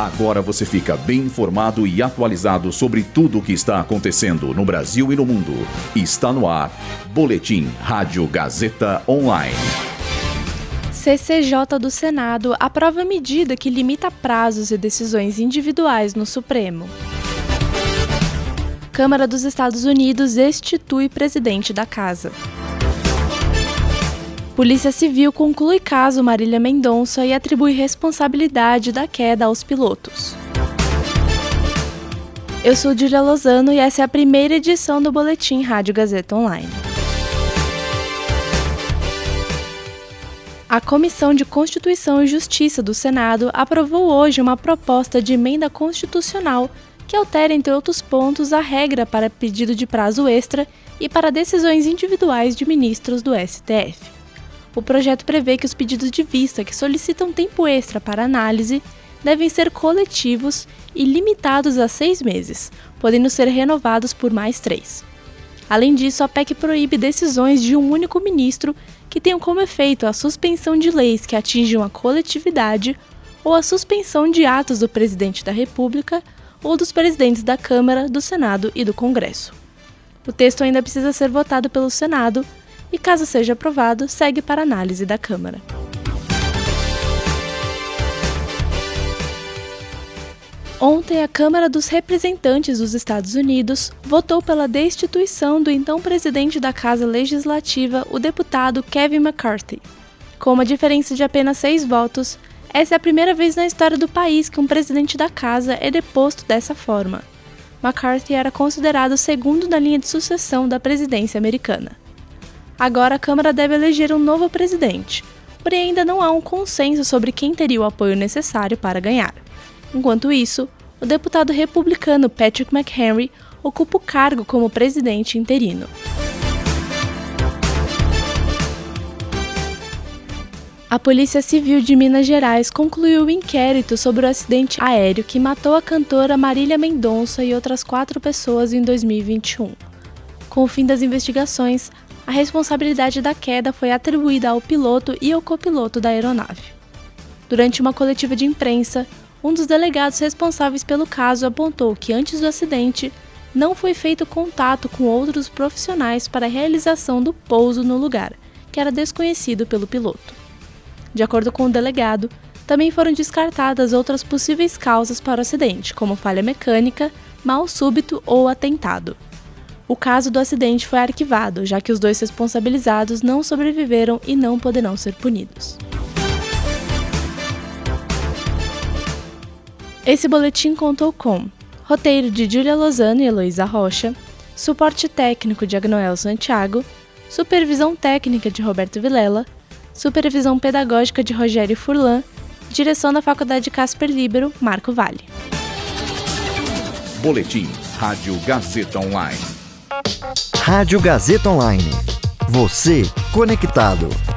Agora você fica bem informado e atualizado sobre tudo o que está acontecendo no Brasil e no mundo. Está no ar, Boletim Rádio Gazeta Online. CCJ do Senado aprova medida que limita prazos e decisões individuais no Supremo. Câmara dos Estados Unidos destitui presidente da Casa. Polícia Civil conclui caso Marília Mendonça e atribui responsabilidade da queda aos pilotos. Eu sou Júlia Lozano e essa é a primeira edição do Boletim Rádio Gazeta Online. A Comissão de Constituição e Justiça do Senado aprovou hoje uma proposta de emenda constitucional que altera, entre outros pontos, a regra para pedido de prazo extra e para decisões individuais de ministros do STF. O projeto prevê que os pedidos de vista que solicitam tempo extra para análise devem ser coletivos e limitados a 6 meses, podendo ser renovados por mais 3. Além disso, a PEC proíbe decisões de um único ministro que tenham como efeito a suspensão de leis que atinjam a coletividade ou a suspensão de atos do presidente da República ou dos presidentes da Câmara, do Senado e do Congresso. O texto ainda precisa ser votado pelo Senado e, caso seja aprovado, segue para análise da Câmara. Ontem, a Câmara dos Representantes dos Estados Unidos votou pela destituição do então presidente da Casa Legislativa, o deputado Kevin McCarthy. Com uma diferença de apenas 6 votos, essa é a primeira vez na história do país que um presidente da Casa é deposto dessa forma. McCarthy era considerado o segundo na linha de sucessão da presidência americana. Agora a Câmara deve eleger um novo presidente, porém ainda não há um consenso sobre quem teria o apoio necessário para ganhar. Enquanto isso, o deputado republicano Patrick McHenry ocupa o cargo como presidente interino. A Polícia Civil de Minas Gerais concluiu o inquérito sobre o acidente aéreo que matou a cantora Marília Mendonça e outras 4 pessoas em 2021. Com o fim das investigações, a responsabilidade da queda foi atribuída ao piloto e ao copiloto da aeronave. Durante uma coletiva de imprensa, um dos delegados responsáveis pelo caso apontou que antes do acidente, não foi feito contato com outros profissionais para a realização do pouso no lugar, que era desconhecido pelo piloto. De acordo com o delegado, também foram descartadas outras possíveis causas para o acidente, como falha mecânica, mal súbito ou atentado. O caso do acidente foi arquivado, já que os 2 responsabilizados não sobreviveram e não poderão ser punidos. Esse boletim contou com roteiro de Júlia Lozano e Heloísa Rocha, suporte técnico de Agnoel Santiago, supervisão técnica de Roberto Vilela, supervisão pedagógica de Rogério Furlan, direção da Faculdade Casper Líbero, Marco Vale. Boletim Rádio Gazeta Online. Rádio Gazeta Online. Você conectado.